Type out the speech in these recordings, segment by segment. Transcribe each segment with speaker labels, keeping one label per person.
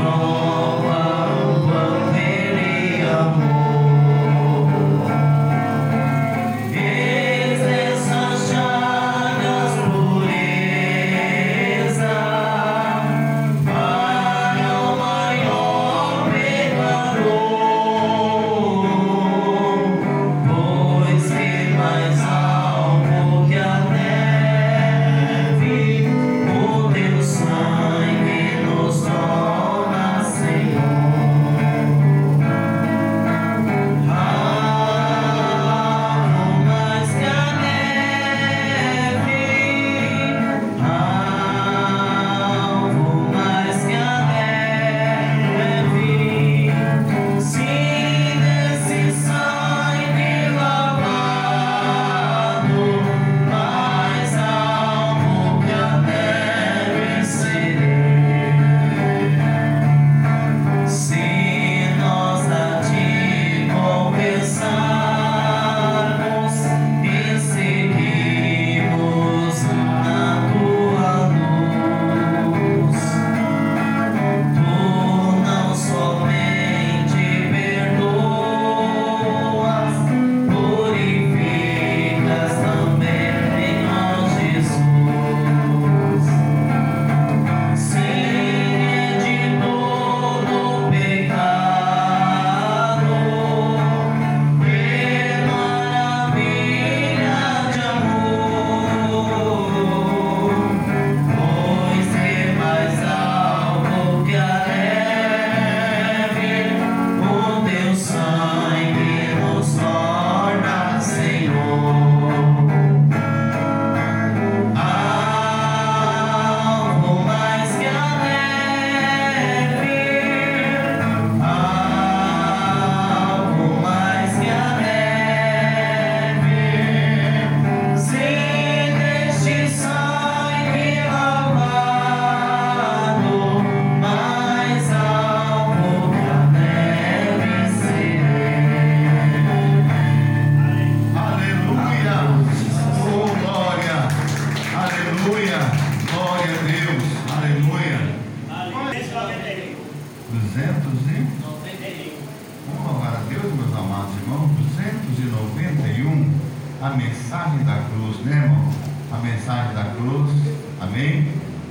Speaker 1: a mensagem da cruz, né, irmão? A mensagem da cruz, amém?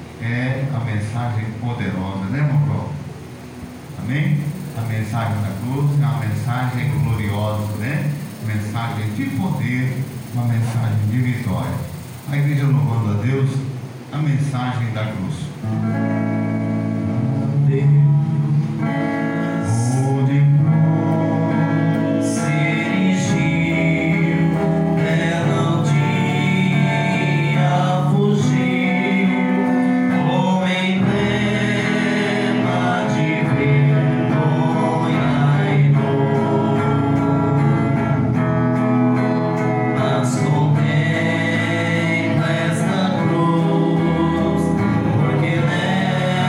Speaker 1: É a mensagem poderosa, né, irmão? Amém? A mensagem da cruz é uma mensagem gloriosa, né? Mensagem de poder, uma mensagem de vitória. A igreja louvando a Deus, a mensagem da cruz.
Speaker 2: Contém esta cruz, porque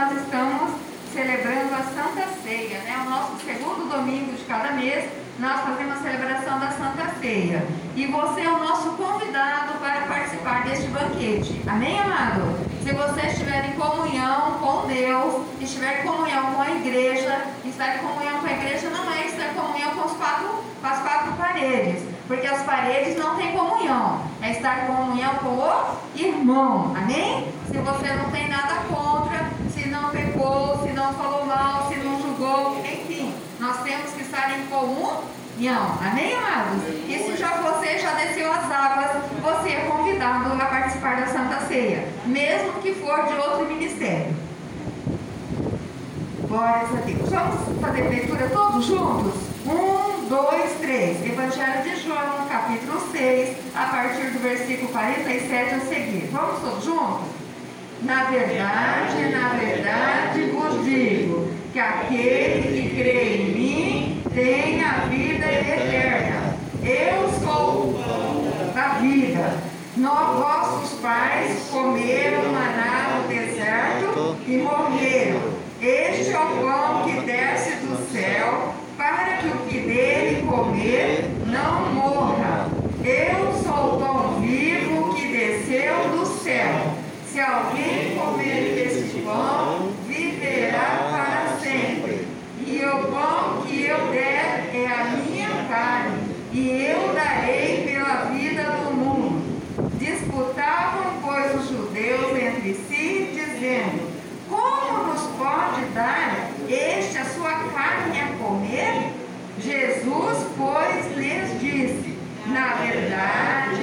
Speaker 2: nós estamos celebrando a Santa Ceia, né? O nosso segundo domingo de cada mês, nós fazemos a celebração da Santa Ceia. E você é o nosso convidado para participar deste banquete. Amém, amado? Se você estiver em comunhão com Deus, estiver em comunhão com a igreja, estar em comunhão com a igreja não é estar em comunhão com as quatro paredes, porque as paredes não têm comunhão, é estar em comunhão com o irmão. Amém? Se você não tem nada contra, se não pecou, se não falou mal, se não julgou, enfim, nós temos que estar em comunhão. Amém, amados? E se você já desceu as águas, você é convidado a participar da Santa Ceia, mesmo que for de outro ministério. Glórias a Deus. Vamos fazer leitura todos juntos? 1, 2, 3. Evangelho de João, capítulo 6, a partir do versículo 47 a seguir. Vamos todos juntos? Na verdade, vos digo que aquele que crê em mim tem a vida eterna. Eu sou o pão da vida. Vossos pais comeram maná no deserto e morreram. Este é o pão que desce do céu, para que o que dele comer não morra. Eu sou o pão vivo que desceu do céu. Se alguém comer deste pão, viverá para sempre. E o pão que eu der é a minha carne, e eu darei pela vida do mundo. Disputavam, pois, os judeus entre si, dizendo: como nos pode dar este a sua carne a comer? Jesus, pois, lhes disse: na verdade,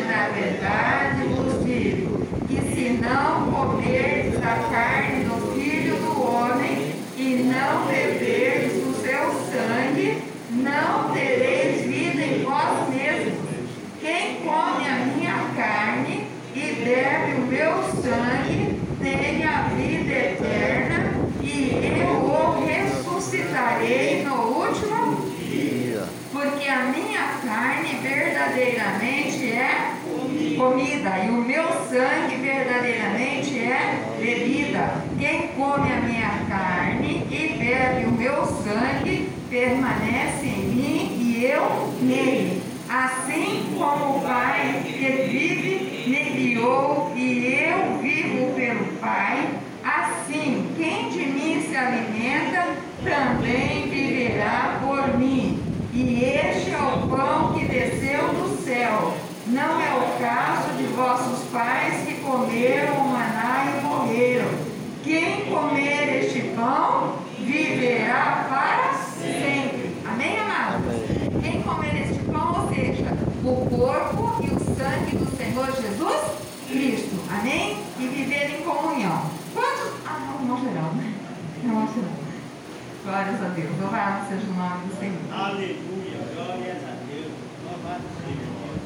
Speaker 2: vos digo, que se não comerdes a carne do Filho do Homem e não beberdes o seu sangue, não tereis vida em vós mesmos. Quem come a minha carne e bebe o meu sangue tem a vida eterna, e eu o ressuscitarei no último dia. Porque a minha carne verdadeiramente é comida, e o meu sangue verdadeiramente é bebida. Quem come a minha carne e bebe o meu sangue permanece em mim e eu nele. Assim como o Pai que vive me enviou e eu vivo pelo Pai, assim quem de mim se alimenta também viverá por mim. E este é o pão que desceu do céu. Não é o caso de vossos pais que comeram o maná e morreram. Quem comer este pão viverá para sempre. Amém, amados? Quem comer este pão, ou seja, o corpo e o sangue do Senhor Jesus Cristo. Amém? E viver em comunhão. Quantos? Não geral, né? Não geral. Glórias a Deus. Louvado seja o nome do Senhor.
Speaker 3: Aleluia. Glórias a Deus. Louvado seja o nome.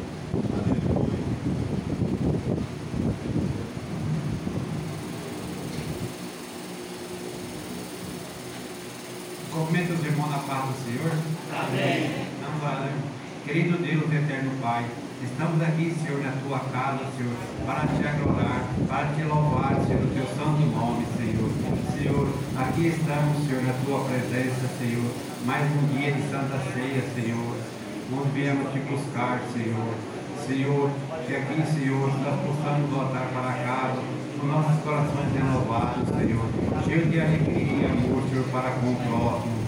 Speaker 4: Cumprimento os irmãos na paz do Senhor.
Speaker 3: Amém.
Speaker 4: Vamos lá, né? Querido Deus, eterno Pai, estamos aqui, Senhor, na tua casa, Senhor, para te adorar, para te louvar, Senhor, no teu santo nome, Senhor. Senhor, aqui estamos, Senhor, na tua presença, Senhor, mais um dia de Santa Ceia, Senhor. Nós viemos te buscar, Senhor. Senhor, que aqui, Senhor, nós possamos voltar para casa com nossos corações renovados, Senhor, cheio de alegria e amor, Senhor, para com o próximo.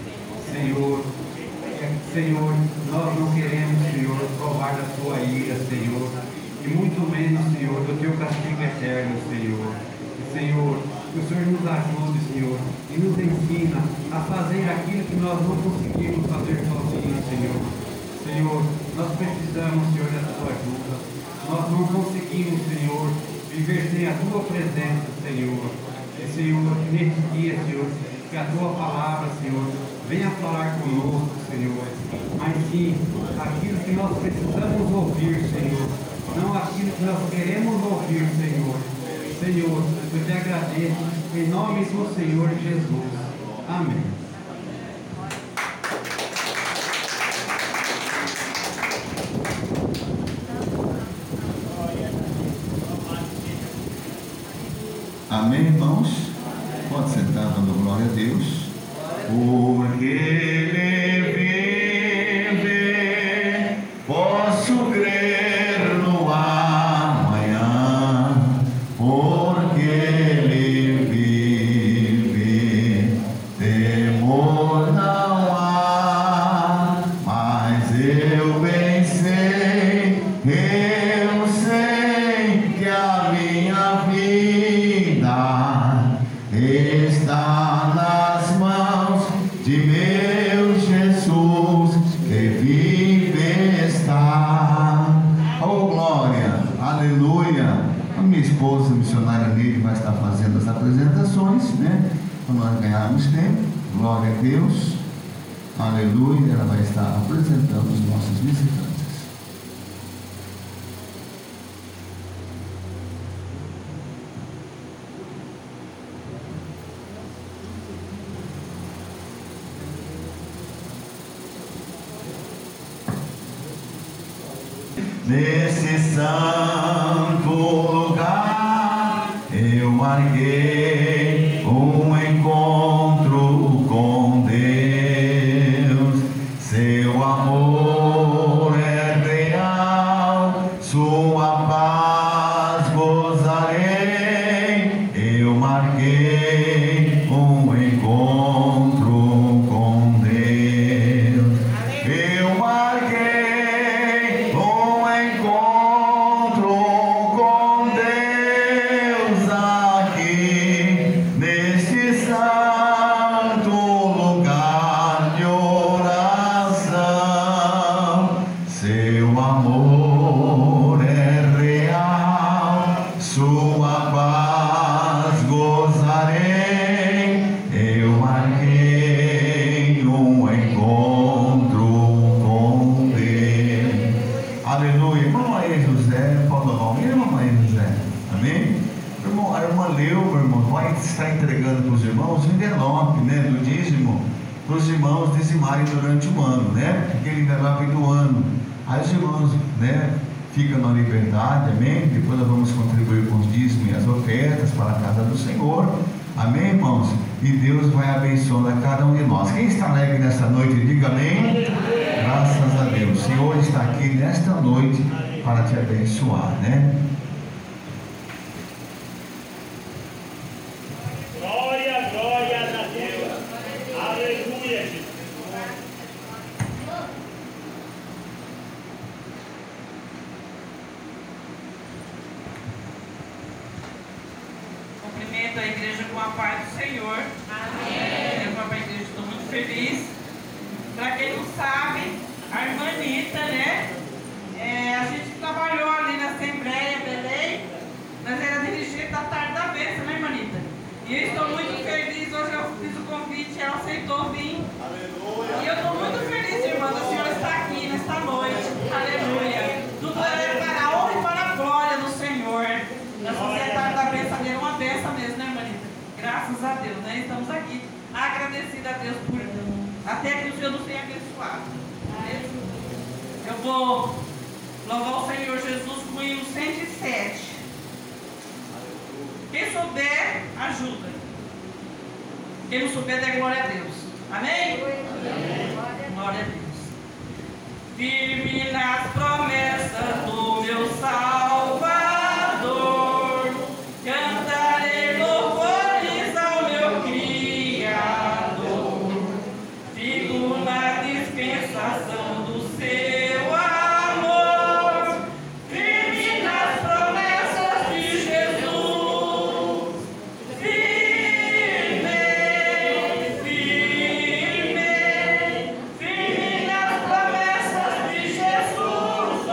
Speaker 4: Senhor, nós não queremos, Senhor, provar da tua ira, Senhor, e muito menos, Senhor, do teu castigo eterno, Senhor. Senhor, que o Senhor nos ajude, Senhor, e nos ensina a fazer aquilo que nós não conseguimos fazer sozinhos, Senhor. Senhor, nós precisamos, Senhor, da tua ajuda. Nós não conseguimos, Senhor, viver sem a tua presença, Senhor. E, Senhor, neste dia, Senhor, que a tua palavra, Senhor, venha falar conosco, Senhor. Mas sim, aquilo que nós precisamos ouvir, Senhor. Não aquilo que nós queremos ouvir, Senhor. Senhor, eu te agradeço em nome do Senhor Jesus. Amém.
Speaker 1: Amém, irmãos? Pode sentar. está dando glória a Deus, porque Ele vive, posso crer no amanhã, porque Ele vive, temor não há, mas eu bem sei, eu sei que a minha vida está nas mãos de meu Jesus, que vive está. Oh glória, aleluia. A minha esposa, a missionária Neide, vai estar fazendo as apresentações, né? Para nós ganharmos tempo. Glória a Deus, aleluia. Ela vai estar apresentando os nossos visitantes. Nesse santo lugar eu marquei um encontro com Deus. Seu amor é real, sua paz gozarei. Eu marquei um encontro com Deus. Eu marquei encontro com Deus aqui neste santo lugar de oração. Seu amor é real, sua paz gozarei. Eu marquei um encontro com Deus. Aleluia. Irmão aí José, pode dar o nome, irmão aí José, amém? Irmão, a irmã Leu, meu irmão, vai estar entregando para os irmãos o envelope, né, do dízimo, para os irmãos dizimarem durante o ano, né? Aquele envelope do ano. Aí os irmãos, né, ficam na liberdade, amém? Depois nós vamos contribuir com os dízimos e as ofertas para a casa do Senhor, amém, irmãos? E Deus vai abençoando a cada um de nós. Quem está alegre nessa noite, diga amém. Graças a Deus, o Senhor está aqui nesta noite para te abençoar, né?
Speaker 3: Glória, glória a Deus. Aleluia, Jesus.
Speaker 5: Cumprimento a igreja com a paz do Senhor. Amém. Eu vou para a igreja, estou muito feliz. Para quem não sabe, a irmã Anitta, né? A gente trabalhou ali na Assembleia Belém, mas era dirigente da Tarde da Bênção, né, irmã Anitta? E eu estou muito feliz, hoje eu fiz o convite, ela aceitou vir. Aleluia. E eu estou muito feliz, irmã, da senhora estar aqui nesta noite. Aleluia. Tudo é para a honra e para a glória do Senhor. Na Sociedade da Bênção é uma bênção mesmo, né, irmã Anitta? Graças a Deus, né? Estamos aqui agradecidos a Deus por até que o Senhor nos tenha abençoado. Eu vou louvar o Senhor Jesus com o hino 107. Quem souber, ajuda. Quem não souber, dê glória a Deus. Amém? Amém. Glória a Deus. Firme nas promessas do meu Salvador, cantarei louvores ao meu Criador. Fico na dispensação do seu amor, firme nas promessas de Jesus. Firme, firme, firme nas promessas de Jesus.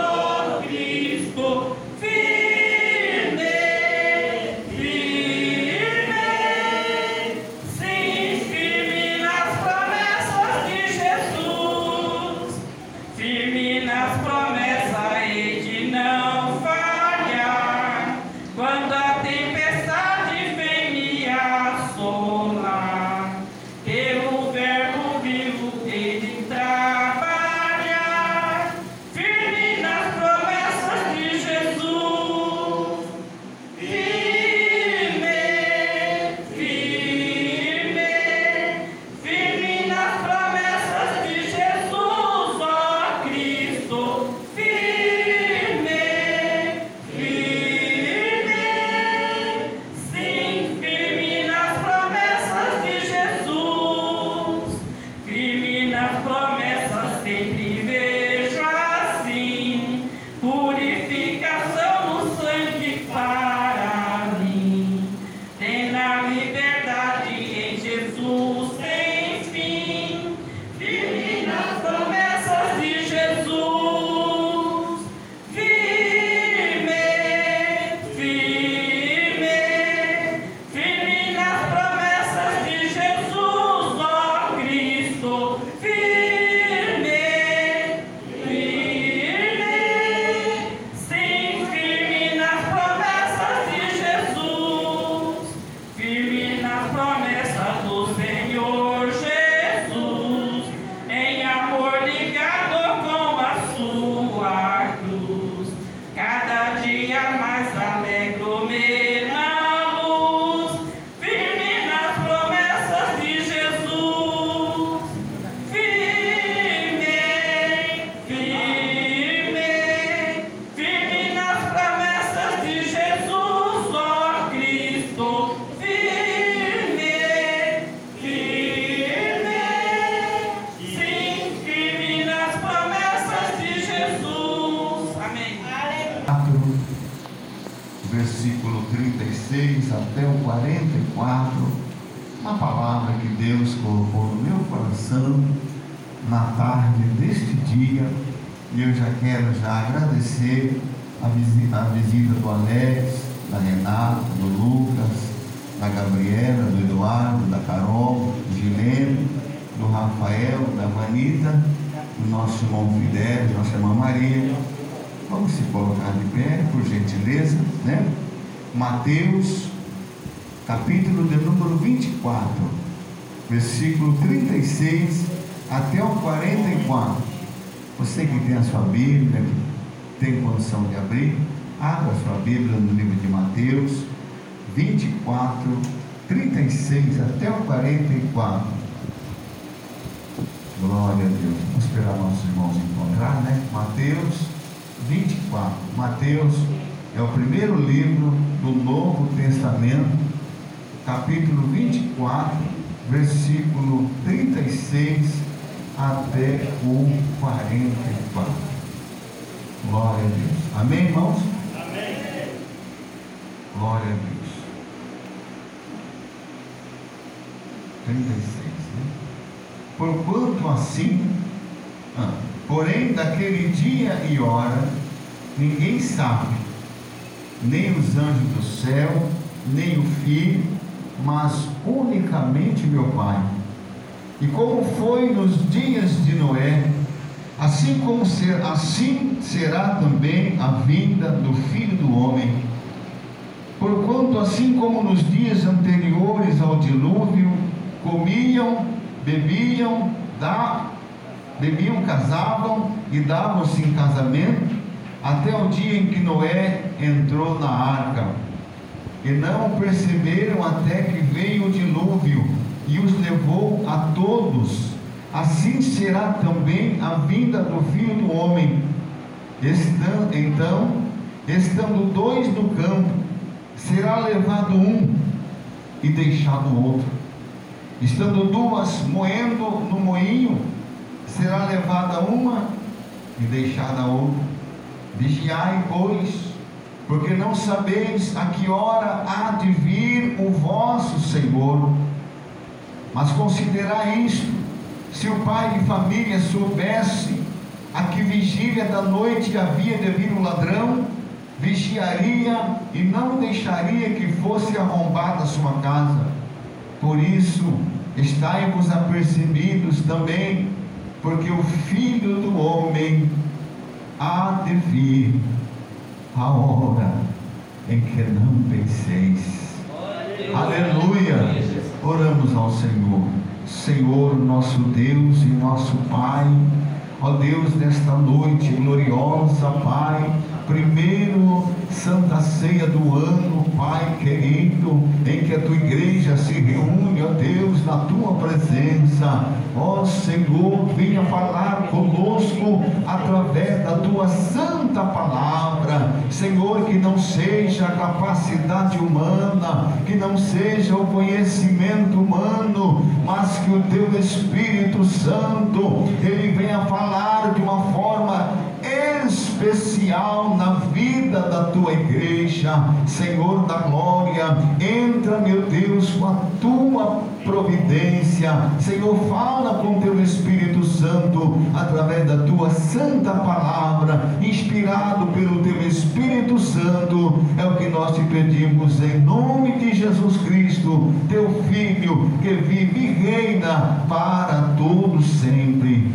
Speaker 1: 36 até o 44, uma palavra que Deus colocou no meu coração na tarde deste dia, e eu já quero agradecer a visita do Alex, da Renata, do Lucas, da Gabriela, do Eduardo, da Carol, do Gilene, do Rafael, da Vanita, do nosso irmão Fidel, da nossa irmã Maria. Vamos se colocar de pé, por gentileza, né? Mateus, capítulo de número 24, versículo 36 até o 44. Você que tem a sua Bíblia, que tem condição de abrir, abra a sua Bíblia no livro de Mateus 24, 36 até o 44. Glória a Deus. Vamos esperar nossos irmãos encontrar, né? Mateus 24. Mateus é o primeiro livro do Novo Testamento, capítulo 24, versículo 36 até o 44. Glória a Deus. Amém, irmãos?
Speaker 3: Amém.
Speaker 1: Glória a Deus. 36, né? Porquanto assim, porém daquele dia e hora, ninguém sabe, nem os anjos do céu, nem o Filho, mas unicamente meu Pai. E como foi nos dias de Noé, assim será também a vinda do Filho do Homem. Porquanto assim como nos dias anteriores ao dilúvio, comiam, bebiam, casavam e davam-se em casamento, até o dia em que Noé entrou na arca. E não perceberam até que veio o dilúvio e os levou a todos. Assim será também a vinda do Filho do Homem. Então, estando dois no campo, será levado um e deixado o outro. Estando duas moendo no moinho, será levada uma e deixada a outra. Vigiai, pois, porque não sabeis a que hora há de vir o vosso Senhor. Mas considerai isto: se o pai de família soubesse a que vigília da noite havia de vir o ladrão, vigiaria e não deixaria que fosse arrombada a sua casa. Por isso, estai-vos apercebidos também, porque o Filho do Homem há de vir a hora em que não penseis. Aleluia! Oramos ao Senhor. Senhor, nosso Deus e nosso Pai, ó Deus, nesta noite gloriosa, Pai, primeiro Santa Ceia do ano, Pai querido, em que a tua igreja se reúne, ó Deus, na tua presença. Ó Senhor, venha falar conosco através da tua santa palavra. Senhor, que não seja a capacidade humana, que não seja o conhecimento humano, mas que o teu Espírito Santo, ele venha falar de uma forma especial na vida da tua igreja. Senhor da glória, entra, meu Deus, com a tua providência. Senhor, fala com teu Espírito Santo através da tua santa palavra, inspirado pelo teu Espírito Santo. É o que nós te pedimos em nome de Jesus Cristo, teu Filho, que vive e reina para todos sempre.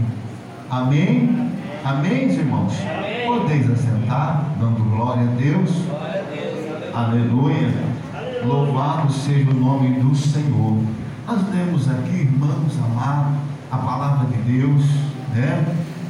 Speaker 1: Amém? Amém, irmãos? Amém. Podeis assentar, dando glória a Deus. Glória a Deus. Aleluia. Aleluia. Louvado seja o nome do Senhor. Nós lemos aqui, irmãos amados, a palavra de Deus, né?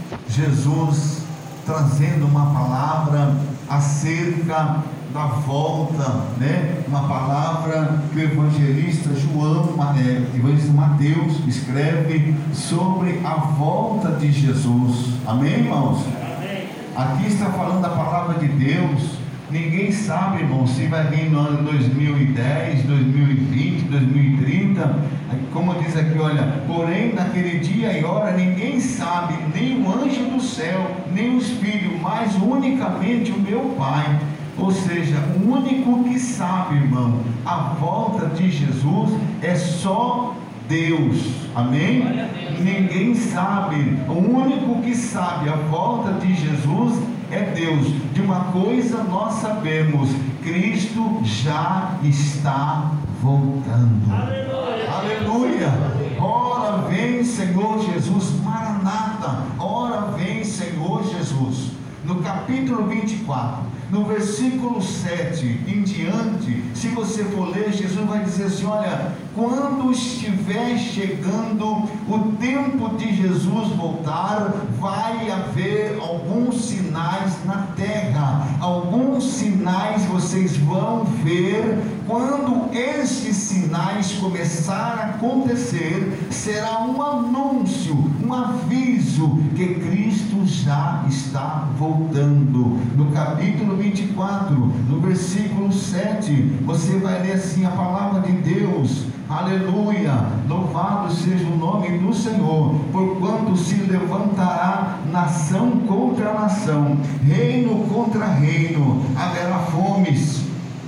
Speaker 1: Jesus trazendo uma palavra acerca da volta, né? Uma palavra que o evangelista evangelista Mateus escreve sobre a volta de Jesus. Amém, irmãos? Amém. Aqui está falando a palavra de Deus. Ninguém sabe, irmão, se vai vir no ano 2010, 2020, 2030. Como diz aqui, olha, porém naquele dia e hora ninguém sabe, nem o anjo do céu, nem os filhos, mas unicamente o meu Pai. Ou seja, o único que sabe, irmão, a volta de Jesus é só Deus. Amém? Ninguém sabe. O único que sabe a volta de Jesus é Deus. De uma coisa nós sabemos: Cristo já está voltando. Aleluia! Ora vem, Senhor Jesus. Maranata, ora vem, Senhor Jesus. No capítulo 24, no versículo 7 em diante, se você for ler, Jesus vai dizer assim: olha, quando estiver chegando o tempo de Jesus voltar, vai haver alguns sinais na terra. Alguns sinais vocês vão ver. Quando esses sinais começarem a acontecer, será um anúncio, um aviso que Cristo já está voltando. No capítulo 24, no versículo 7, você vai ler assim a palavra de Deus. Aleluia, louvado seja o nome do Senhor, porquanto se levantará nação contra nação, reino contra reino, haverá fomes,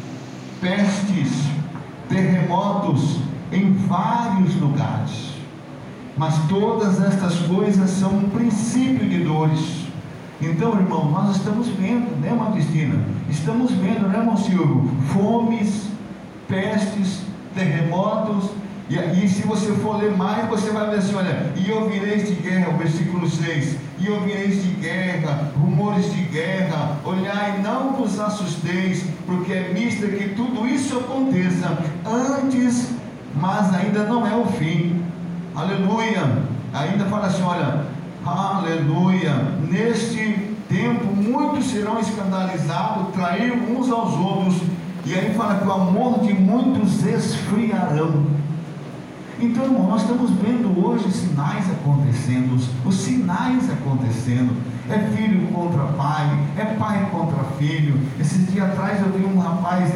Speaker 1: pestes, terremotos em vários lugares, mas todas estas coisas são um princípio de dores. Então, irmão, nós estamos vendo, né, irmã Cristina? Estamos vendo, né, irmão Silvio? Fomes, pestes, terremotos. E se você for ler mais, você vai ver assim: olha, e ouvireis de guerra, o versículo 6, e ouvireis de guerra, rumores de guerra, olhai, não vos assusteis, porque é mister que tudo isso aconteça antes, mas ainda não é o fim. Aleluia. Ainda fala assim, olha, aleluia, neste tempo muitos serão escandalizados, trair uns aos outros. E aí fala que o amor de muitos esfriarão. Então, irmão, nós estamos vendo hoje sinais acontecendo, os sinais acontecendo. É filho contra pai, é pai contra filho. Esses dias atrás eu vi um rapaz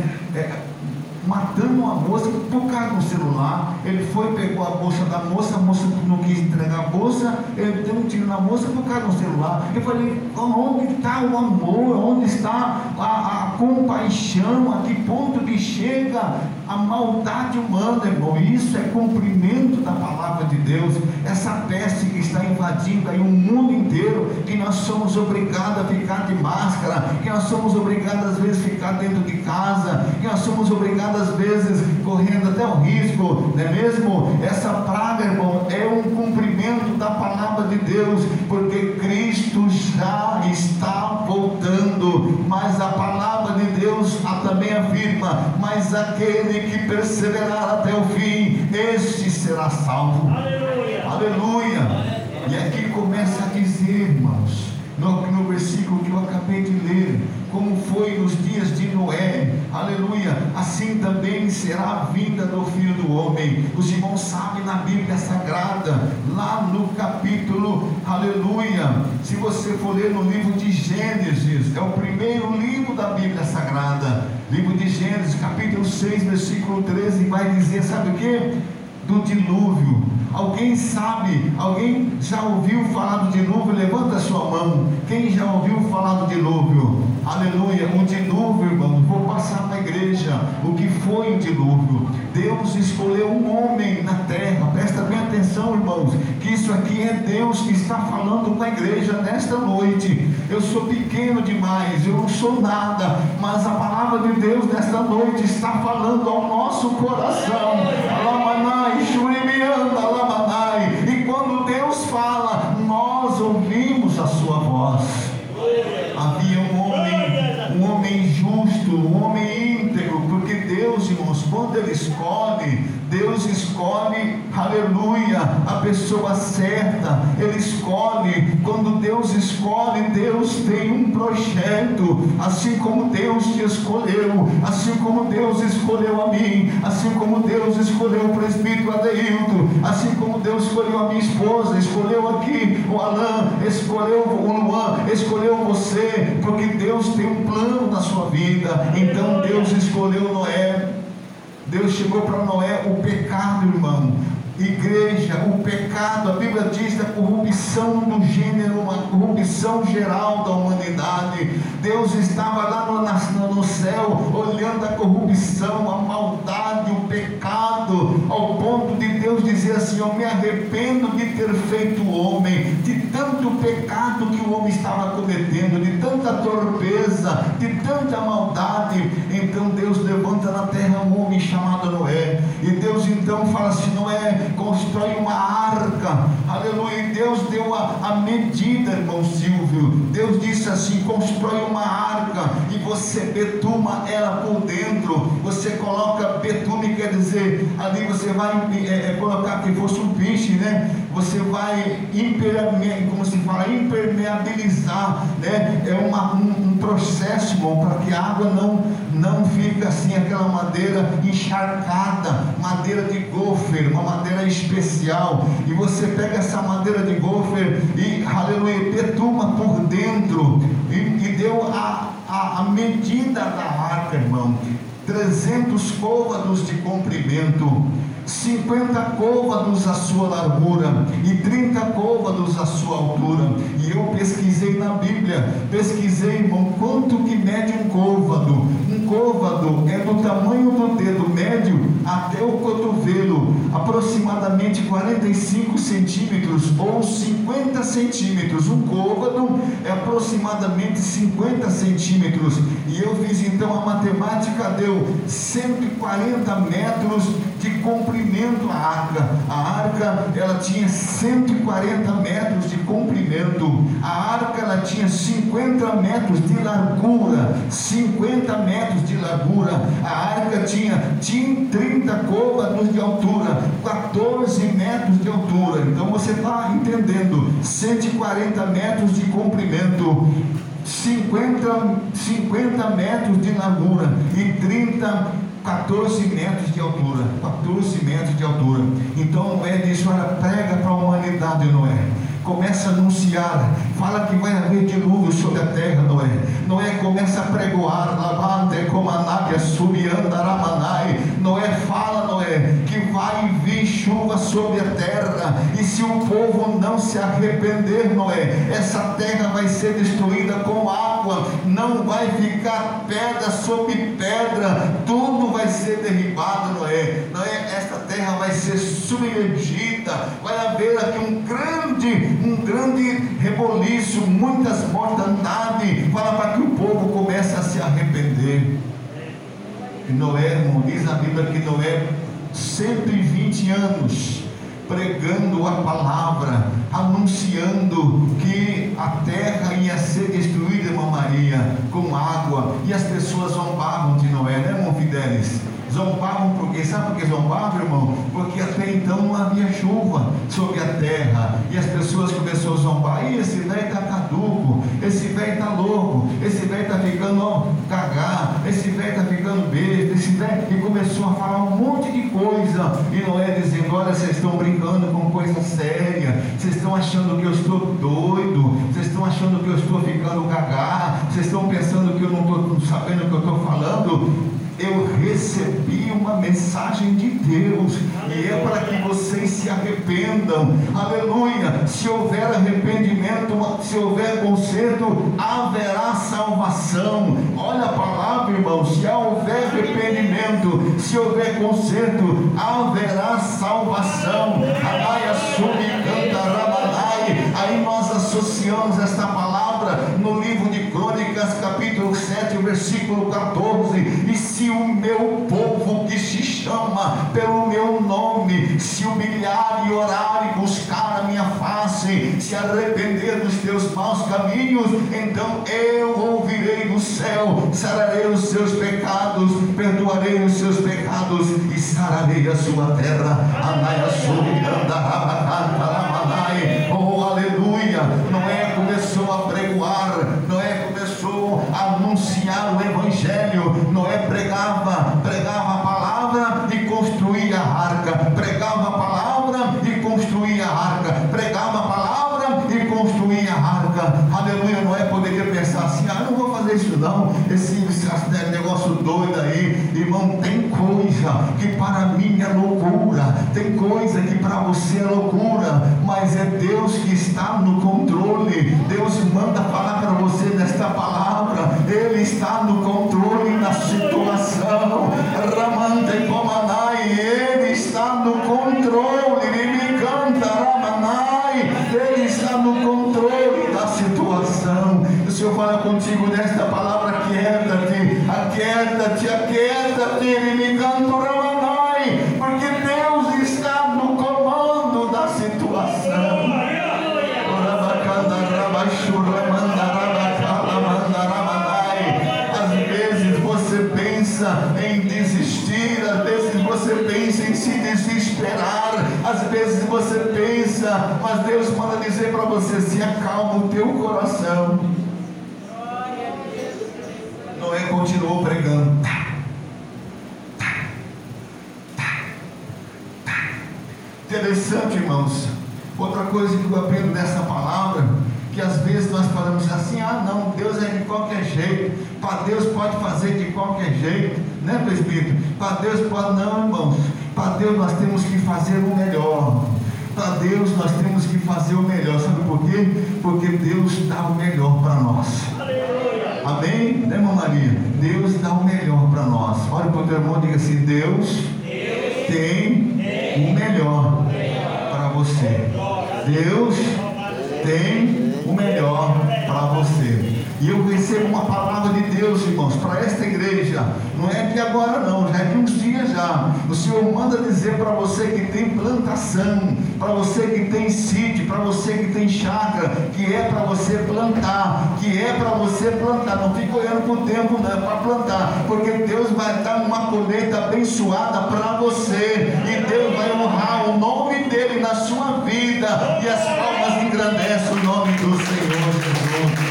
Speaker 1: matando uma moça por causa do celular. Ele foi, pegou a bolsa da moça, a moça não quis entregar a bolsa, ele deu um tiro na moça por causa do celular. Eu falei, onde está o amor? Onde está a compaixão? A que ponto que chega a maldade humana, irmão? Isso é cumprimento da palavra de Deus. Essa peste que está invadindo aí o mundo inteiro, que nós somos obrigados a ficar de máscara, que nós somos obrigados às vezes a ficar dentro de casa, que nós somos obrigados às vezes correndo até o risco, não é mesmo? Essa praga, irmão, é um cumprimento da palavra de Deus, porque Cristo já está voltando. Mas a palavra de Deus também afirma: mas aquele que perseverar até o fim, este será salvo. Aleluia, aleluia. E aqui começa a dizer, irmãos, no versículo que eu acabei de ler, como foi nos dias de Noé, aleluia, assim também será a vinda do Filho do Homem. Os irmãos sabem na Bíblia Sagrada, lá no capítulo, aleluia, se você for ler no livro de Gênesis, é o primeiro livro da Bíblia Sagrada, livro de Gênesis, capítulo 6, versículo 13, vai dizer, sabe o que? Do dilúvio. Alguém sabe? Alguém já ouviu falar do dilúvio? Levanta a sua mão. Quem já ouviu falar do dilúvio? Aleluia. O dilúvio, irmão, vou passar para a igreja. O que foi o dilúvio? Deus escolheu um homem na terra. Presta bem atenção, irmãos, que isso aqui é Deus que está falando com a igreja nesta noite. Eu sou pequeno demais, eu não sou nada, mas a palavra de Deus nesta noite está falando ao nosso coração. E quando Deus fala, nós ouvimos a sua voz. Havia um homem justo, um homem íntegro, porque Deus, irmãos, quando Ele escolhe, Deus escolhe, aleluia, a pessoa certa. Ele escolhe. Quando Deus escolhe, Deus tem um projeto. Assim como Deus te escolheu, assim como Deus escolheu a mim, assim como Deus escolheu o presbítero Adeildo, assim como Deus escolheu a minha esposa, escolheu aqui o Alain, escolheu o Luan, escolheu você, porque Deus tem um plano na sua vida. Então Deus escolheu Noé. Deus chegou para Noé o pecado, irmão. Igreja, o pecado, a Bíblia diz da corrupção do gênero, uma corrupção geral da humanidade. Deus estava lá no céu, olhando a corrupção, a maldade, o pecado, ao ponto de Deus dizer assim: eu me arrependo de ter feito o homem, de tanto pecado que o homem estava cometendo, de tanta torpeza, de tanta maldade. Então Deus levanta na terra um homem chamado Noé, e Deus então fala assim: Noé, constrói uma arca, aleluia. E Deus deu a medida, irmão Silvio. Deus disse assim: constrói uma arca e você betuma ela por dentro. Você coloca betume, quer dizer, ali você vai colocar que fosse um piche, né? Você vai impermeabilizar, né? É um processo, irmão, para que a água não fique assim, aquela madeira encharcada, madeira de gofer, uma madeira especial. E você pega essa madeira de gofer e, aleluia, betuma por dentro, e deu a medida da arca, irmão: 300 côvados de comprimento, 50 côvados a sua largura e 30 côvados a sua altura. E eu pesquisei na Bíblia, irmão, quanto que mede um côvado. Um côvado é do tamanho do dedo médio até o cotovelo, aproximadamente 45 centímetros ou 50 centímetros. Um côvado é aproximadamente 50 centímetros. E eu fiz então a matemática, deu 140 metros de comprimento a arca. A arca, ela tinha 140 metros de comprimento. A arca, ela tinha 50 metros de largura. 50 metros de largura. A arca tinha 30 côvados de altura, 14 metros de altura. Então você está entendendo: 140 metros de comprimento, 50 metros de largura e 14 metros de altura. 14 metros de altura. Então Noé disse: olha, prega para a humanidade, Noé. Começa a anunciar, fala que vai haver dilúvio sobre a terra, Noé. Noé começa a pregoar, lavante como a nábia subianda ramanai. Noé fala, Noé, que vai vir chuva sobre a terra, e se o povo não se arrepender, Noé, essa terra vai ser destruída com água, não vai ficar pedra sobre pedra, tudo vai ser derribado, Noé. Esta terra vai ser submergida, vai haver aqui um grande reboliço, muitas mortandades, para que o povo comece a se arrepender. E Noé, irmão, diz a Bíblia que Noé, 120 anos pregando a palavra, anunciando que a terra ia ser destruída, irmã Maria, com água, e as pessoas zombavam de Noé, né, irmão Fidelis? Zombavam porque, sabe por que zombavam, irmão? Porque até então não havia chuva sobre a terra, e as pessoas começaram a zombar: esse velho está caduco, esse velho está louco, esse velho está ficando cagar, esse velho está ficando besta, esse velho... E começou a falar um monte de coisa, e Noé dizendo: olha, vocês estão brincando com coisa séria, vocês estão achando que eu estou doido, vocês estão achando que eu estou ficando cagar, vocês estão pensando que eu não estou sabendo o que eu estou falando. Eu recebi uma mensagem de Deus, e é para que vocês se arrependam, aleluia. Se houver arrependimento, se houver conserto, haverá salvação. Olha a palavra, irmão: se houver arrependimento, se houver conserto, haverá salvação. Aí nós associamos esta palavra no livro de Crônicas, capítulo 7, versículo 14: e se o meu povo que se chama pelo meu nome se humilhar e orar e buscar a minha face, se arrepender dos teus maus caminhos, então eu ouvirei do céu, sararei os seus pecados, perdoarei os seus pecados e sararei a sua terra. Oh, aleluia. Noé começou a pregoar, Noé começou a anunciar o evangelho. Noé pregava a palavra e construía a arca, pregava a palavra e construía a arca, pregava a palavra e construía a arca. Aleluia. Noé poderia pensar assim: não vou fazer isso não, esse negócio doido aí. Irmão, tem coisa que para mim é loucura, tem coisa que para você é loucura, mas é Deus que está no controle. Deus manda falar para você nesta palavra Ele está no controle da situação. Ramante Comanai, Ele está no controle. Ele me canta, Ramanai, Ele está no controle da situação. O Senhor fala contigo nesta palavra: aquieta-te, aquieta-te, aquieta-te. Ele me canta, Ramanai, porque Deus está no comando da situação. Às vezes você pensa em desistir, às vezes você pensa em se desesperar, às vezes você pensa, mas Deus manda dizer para você: se acalma o teu coração. Noé continuou pregando. Interessante, irmãos. Outra coisa que eu aprendo nessa palavra, que às vezes nós falamos assim: ah não, Deus é de qualquer jeito, para Deus pode fazer de qualquer jeito, né, presbítero? Para Deus pode. Não, irmãos, para Deus nós temos que fazer o melhor. Para Deus nós temos que fazer o melhor. Sabe por quê? Porque Deus dá o melhor para nós. Amém? Né, irmã Maria? Deus dá o melhor para nós. Olha para o teu irmão e diga assim: Deus tem o melhor para você. Deus tem o melhor para você. E eu recebo uma palavra de Deus, irmãos, para esta igreja. Não é de agora não, já é de uns dias já. O Senhor manda dizer para você que tem plantação, para você que tem sítio, para você que tem chácara, que é para você plantar, que é para você plantar. Não fique olhando para o tempo, não, é para plantar, porque Deus vai dar uma colheita abençoada para você, e Deus vai honrar o nome dele na sua vida, e as palmas engrandecem o nome do Senhor Jesus.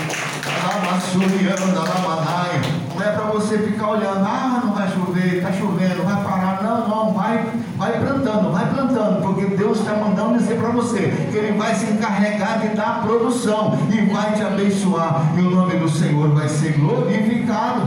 Speaker 1: Não é para você ficar olhando: ah, não vai chover, está chovendo, vai parar. Não, não, vai plantando, porque Deus está mandando dizer para você que Ele vai se encarregar de dar a produção e vai te abençoar, e o nome do Senhor vai ser glorificado.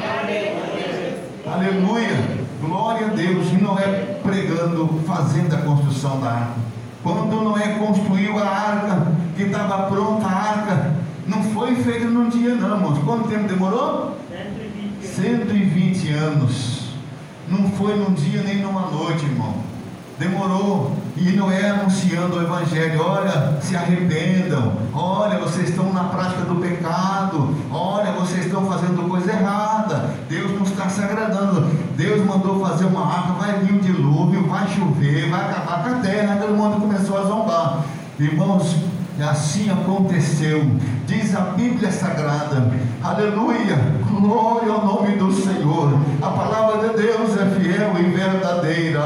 Speaker 1: Aleluia, glória a Deus. E Noé pregando, fazendo a construção da arca. Quando Noé construiu a arca, que estava pronta a arca, não foi feito num dia não, irmãos. Quanto tempo demorou? 120 anos. Não foi num dia nem numa noite, irmão. Demorou. E Noé anunciando o evangelho: olha, se arrependam, olha, vocês estão na prática do pecado, olha, vocês estão fazendo coisa errada, Deus não está se agradando. Deus mandou fazer uma arca, vai vir um dilúvio, vai chover, vai acabar com a terra. Todo mundo começou a zombar. Irmãos, assim aconteceu, diz a Bíblia Sagrada. Aleluia, glória ao nome do Senhor. A palavra de Deus é fiel e verdadeira.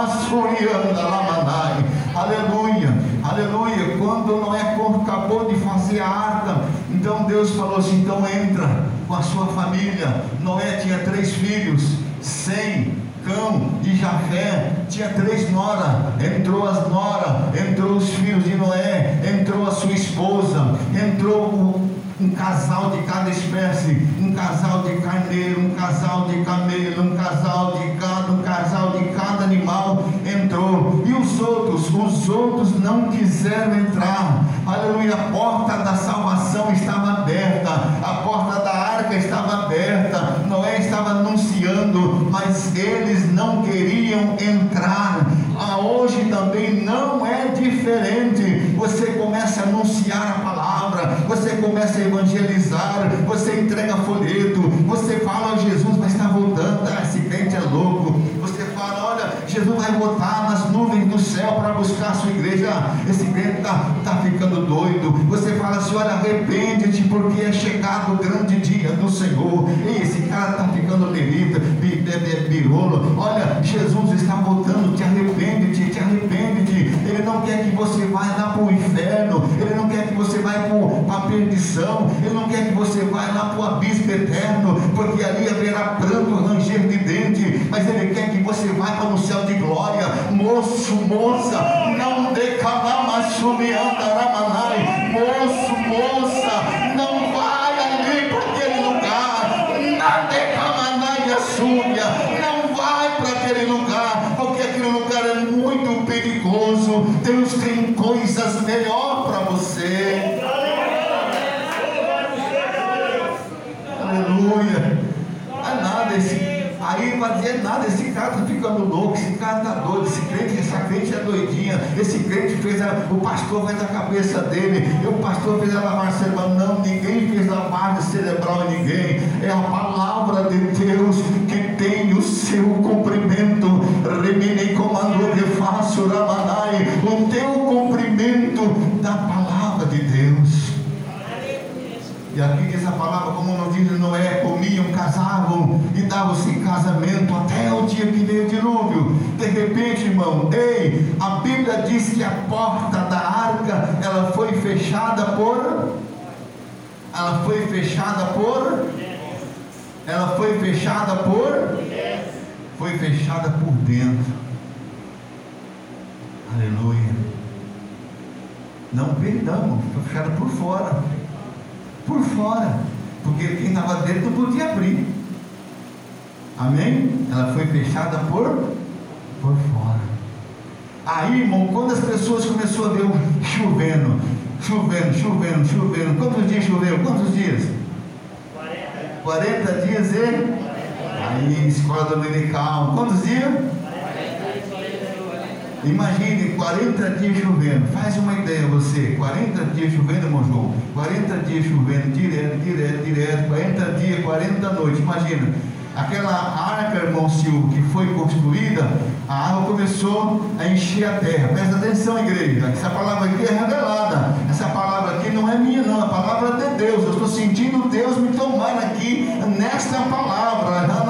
Speaker 1: Aleluia, aleluia. Quando Noé acabou de fazer a arca, então Deus falou assim: então entra com a sua família. Noé tinha 3 filhos, Sem, Cão e Jafé. Tinha 3 noras. Entrou as noras, entrou os filhos de Noé, entrou a sua esposa, entrou um casal de cada espécie, um casal de carneiro, um casal de camelo, um casal de gado, um casal de cada animal entrou. E os outros não quiseram entrar. Aleluia, a porta da salvação estava aberta, a porta da arca estava aberta, Noé estava anunciando, mas eles não queriam entrar. Hoje também não é diferente. Você começa a anunciar a palavra, você começa a evangelizar, você entrega folheto, você fala: Jesus vai estar voltando. Esse crente é louco. Você fala: olha, Jesus vai voltar nas nuvens do céu para buscar a sua igreja. Esse crente está ficando doido. Você fala assim: olha, arrepende-te, porque é chegado o grande dia do Senhor. E esse cara está ficando birolo. Olha, Jesus está voltando, te arrepende-te, te arrepende-te. Ele não quer que você vá lá para o inferno, Ele não quer que você vá para a perdição, Ele não quer que você vá lá para o abismo eterno, porque ali haverá pranto, ranger de dente, mas Ele quer que você vá para o céu de glória. Moço, moça, não decalamassumiandaramanai. Moço, moça, não vai ali para aquele lugar. Não decamanai assúmia, não vai para aquele lugar, porque aquele lugar é muito perigoso. Deus tem coisas melhores para você. Aleluia. para dizer nada, esse cara está ficando louco, esse cara está doido, essa crente é doidinha, esse crente fez o pastor fez a cabeça dele, e o pastor fez a lavagem cerebral. Não, ninguém fez lavagem cerebral em ninguém, é a palavra de Deus que tem o seu cumprimento. Remine comando que faço Ramanai, o teu cumprimento da palavra de Deus. E aqui diz a palavra, como não diz Noé, comiam, casavam e davam-se em casamento até o dia que veio o dilúvio. De repente, irmão, a Bíblia diz que a porta da arca, ela foi fechada por dentro. Aleluia. Não, perdão, foi fechada por fora. Por fora, porque quem estava dentro não podia abrir. Amém? Ela foi fechada por fora. Aí, irmão, quando as pessoas começaram a ver chovendo. Quantos dias choveu? Quantos dias? 40 dias aí, escola dominical. Quantos dias? Imagine 40 dias chovendo. Faz uma ideia você, 40 dias chovendo, irmão João, 40 dias chovendo, direto, 40 dias, 40 noites. Imagina, aquela arca, irmão Silvio, que foi construída, a água começou a encher a terra. Presta atenção, igreja, essa palavra aqui é revelada, essa palavra aqui não é minha não, é a palavra de Deus. Eu estou sentindo Deus me tomar aqui nesta palavra.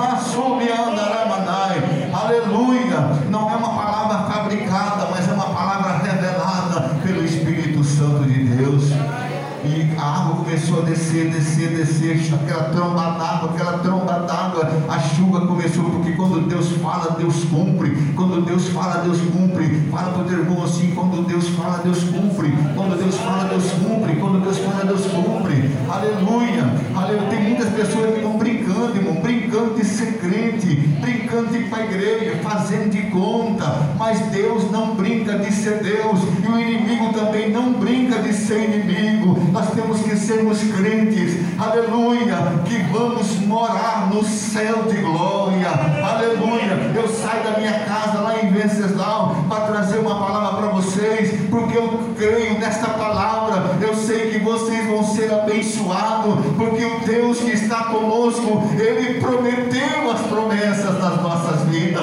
Speaker 1: Aleluia. Não é uma palavra fabricada, mas é uma palavra revelada pelo Espírito Santo de Deus. E a água começou a descer, aquela tromba d'água, a chuva começou, porque quando Deus fala, Deus cumpre. Quando Deus fala, Deus cumpre. Fala para o teu irmão assim: quando Deus fala, Deus cumpre. Quando Deus fala, Deus cumpre. Quando Deus fala, Deus cumpre. Aleluia. Tem muitas pessoas que estão brincando, irmão, brincando de ser crente, brincando de ir para a igreja, fazendo de conta, mas Deus não brinca de ser Deus, e o inimigo também não brinca de ser inimigo. Nós temos que sermos crentes, aleluia, que vamos morar no céu de glória, aleluia. Eu saio da minha casa lá em Venceslau para trazer uma palavra para vocês, porque eu creio nesta palavra. Eu sei que vocês vão ser abençoados, porque o Deus que está conosco, Ele prometeu as promessas nas nossas vidas.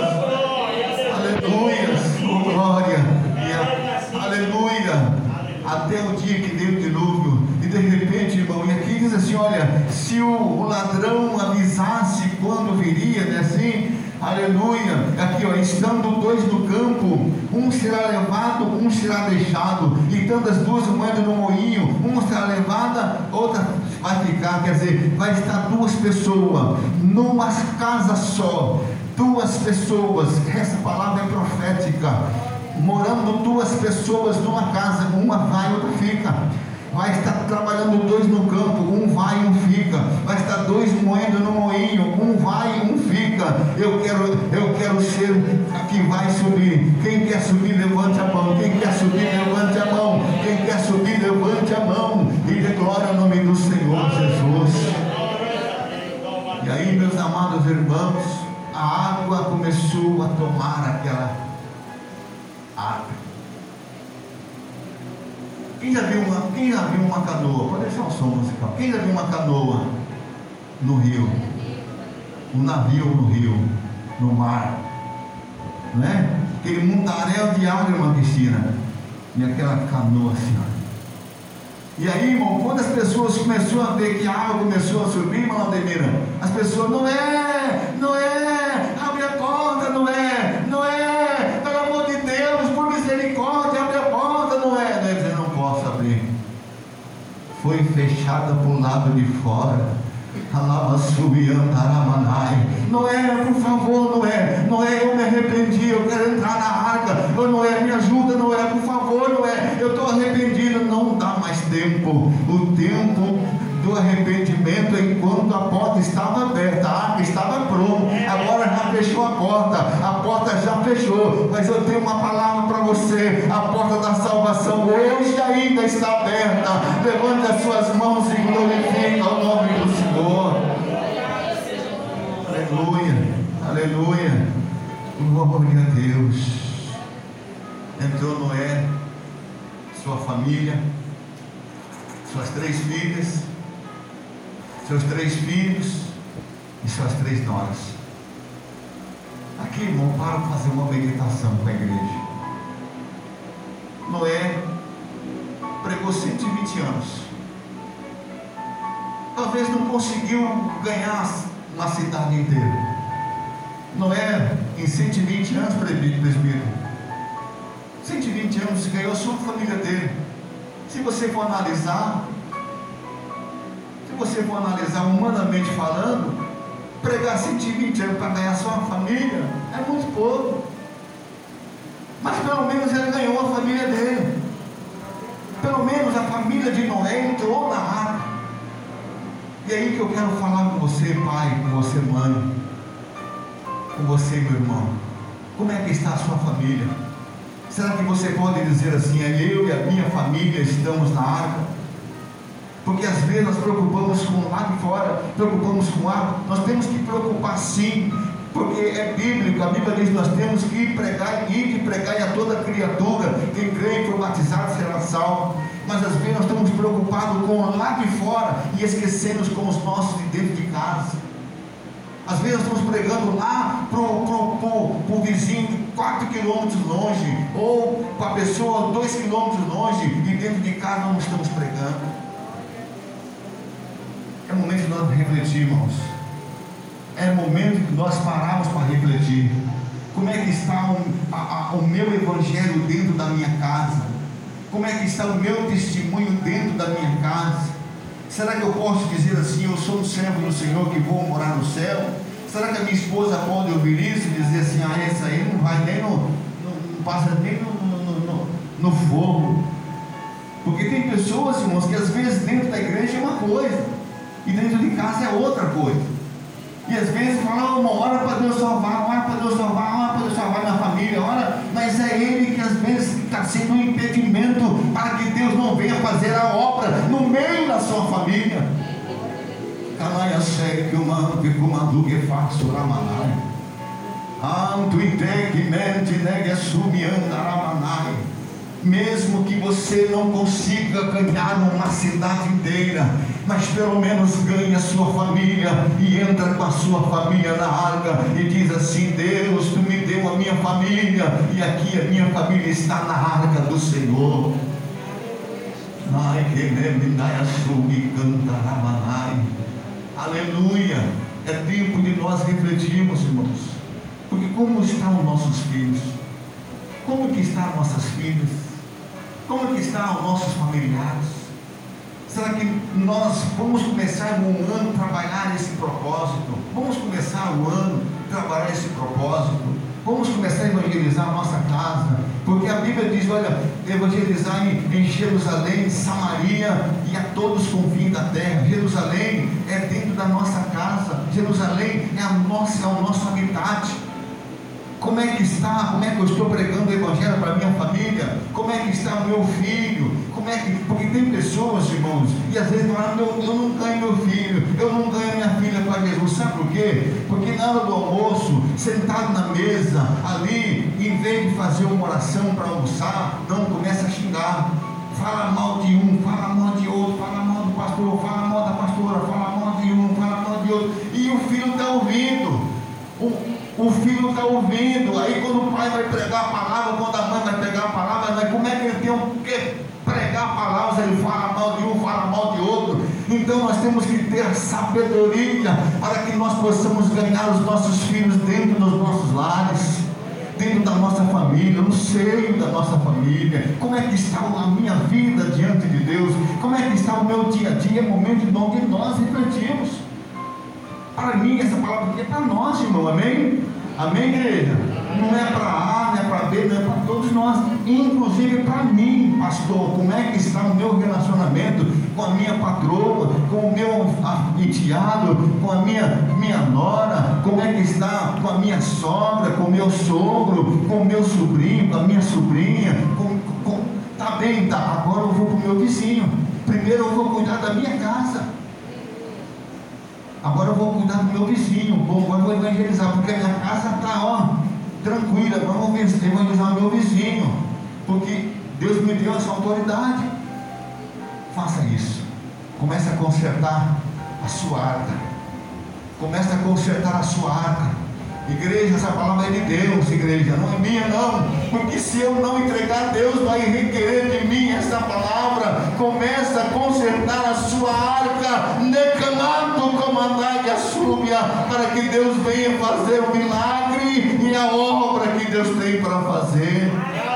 Speaker 1: Aleluia, glória, aleluia. Até o dia que veio o dilúvio, e de repente, irmão, e aqui diz assim: olha, se o ladrão avisasse quando viria, né, assim, aleluia, aqui, ó, estando dois no campo, um será levado, um será deixado, e tanto as duas moedas no moinho, uma será levada, outra vai ficar. Quer dizer, vai estar duas pessoas numa casa só, duas pessoas. Essa palavra é profética. Morando duas pessoas numa casa, uma vai e outra fica. Vai estar trabalhando dois no campo, um vai e um fica. Vai estar dois moendo no moinho, um vai e um fica. Eu quero ser a que vai subir. Quem quer subir, levante a mão. Quem quer subir, levante a mão. Quem quer subir, levante a mão. E dê glória ao nome do Senhor Jesus. E aí, meus amados irmãos, a água começou a tomar aquela água. Quem já viu uma canoa? Pode deixar o som musical. Quem já viu uma canoa no rio? Um navio no rio, no mar, não é? Aquele mundaréu de água em uma piscina, e aquela canoa assim, ó. E aí, irmão, quando as pessoas começaram a ver que a água começou a subir, irmão Ademira, as pessoas: não é, abre a porta, não é, pelo amor de Deus, por misericórdia, abre a porta, não é. Eu não posso abrir. Foi fechada para o lado de fora. Não é, por favor, não é, eu me arrependi, eu quero entrar na arca, não é, me ajuda, não é, por favor, não é, eu estou arrependido. Não dá mais tempo. O tempo do arrependimento é enquanto a porta estava aberta, a arca estava pronta. Agora já fechou a porta já fechou, mas eu tenho uma palavra para você: a porta da salvação hoje ainda está aberta. Levante as suas mãos e glorifique o nome do Senhor. Aleluia, aleluia, glória a Deus. Entrou Noé, sua família, suas 3 filhas, seus 3 filhos e suas 3 noras. Aqui, irmão, para fazer uma meditação com a igreja. Noé pregou 120 anos. Talvez não conseguiu ganhar uma cidade inteira. Noé, em 120 anos, presbítero, 120 anos ganhou só a família dele. Se você for analisar humanamente falando, pregar 120 anos para ganhar só a família é muito pouco. Mas pelo menos ele ganhou a família dele. Pelo menos a família de Noé entrou na arca. E aí que eu quero falar com você, pai, com você, mãe, com você, meu irmão. Como é que está a sua família? Será que você pode dizer assim: eu e a minha família estamos na arca? Porque às vezes nós preocupamos com lá de fora, preocupamos com água. Nós temos que preocupar sim, porque é bíblico. A Bíblia diz que nós temos que ir pregar a toda criatura. Quem crê e for batizado será salvo. Mas às vezes nós estamos preocupados com lá de fora e esquecemos com os nossos de dentro de casa. Às vezes nós estamos pregando lá para o vizinho 4 quilômetros longe, ou para a pessoa 2 quilômetros longe, e dentro de casa não estamos pregando. É momento de nós refletir, irmãos. É momento que nós pararmos para refletir. Como é que está o meu evangelho dentro da minha casa? Como é que está o meu testemunho dentro da minha casa? Será que eu posso dizer assim: eu sou um servo do Senhor que vou morar no céu? Será que a minha esposa pode ouvir isso e dizer assim: esse aí não vai nem não passa nem no fogo? Porque tem pessoas, irmãos, que às vezes dentro da igreja é uma coisa e dentro de casa é outra coisa. E às vezes fala: uma hora para Deus salvar, ora para Deus salvar, ora para Deus salvar minha família, ora, mas é ele que às vezes está sendo um impedimento para que Deus não venha fazer a obra no meio da sua família. Canaia segue que o mano ficou maluco e faço ramanai. Anto integramente negue assumir andaramanai. Mesmo que você não consiga ganhar uma cidade inteira, mas pelo menos ganhe a sua família e entra com a sua família na arca e diz assim: Deus, tu me deu a minha família e aqui a minha família está na arca do Senhor. Aleluia. É tempo de nós refletirmos, irmãos, porque como estão os nossos filhos? Como que estão nossas filhas? Como que estão os nossos familiares? Será que nós vamos começar no ano a trabalhar esse propósito? Vamos começar o ano a trabalhar esse propósito? Vamos começar a evangelizar a nossa casa? Porque a Bíblia diz: olha, evangelizar em Jerusalém, Samaria e a todos os confins da terra. Jerusalém é dentro da nossa casa. Jerusalém é o nosso habitat. Como é que está? Como é que eu estou pregando o evangelho para a minha família? Como é que está o meu filho? Porque tem pessoas, irmãos, e às vezes falam: eu não ganho meu filho, eu não ganho minha filha para Jesus. Sabe por quê? Porque na hora do almoço, sentado na mesa, ali, em vez de fazer uma oração para almoçar, não, começa a xingar. Fala mal de um, fala mal de outro, fala mal do pastor, fala mal da pastora, fala mal de um, fala mal de outro. E o filho está ouvindo. O filho está ouvindo. Aí quando o pai vai pregar a palavra, quando a mãe vai pregar a palavra, mas como é que ele tem que pregar a palavra? Ele fala mal de um, fala mal de outro. Então nós temos que ter sabedoria para que nós possamos ganhar os nossos filhos dentro dos nossos lares, dentro da nossa família, no seio da nossa família. Como é que está a minha vida diante de Deus? Como é que está o meu dia a dia? É momento de onde nós refletimos. Para mim, essa palavra aqui é para nós, irmão, amém? Amém, igreja? Não é para A, não é para B, não é para todos nós, inclusive para mim, pastor. Como é que está o meu relacionamento com a minha patroa, com o meu enteado, com a minha nora? Como é que está com a minha sogra, com o meu sogro, com o meu sobrinho, com a minha sobrinha? Tá bem, tá, agora eu vou para o meu vizinho. Primeiro eu vou cuidar da minha casa. agora eu vou cuidar do meu vizinho, agora eu vou evangelizar, porque a minha casa está tranquila, vamos evangelizar o meu vizinho, porque Deus me deu essa autoridade. Faça isso. Comece a consertar a sua arca. Comece a consertar a sua arca. Igreja, essa palavra é de Deus, igreja, não é minha não, porque se eu não entregar, Deus vai requerer de mim essa palavra. Começa a consertar a sua arca, necamando comandai a súbia, para que Deus venha fazer o milagre e a obra que Deus tem para fazer.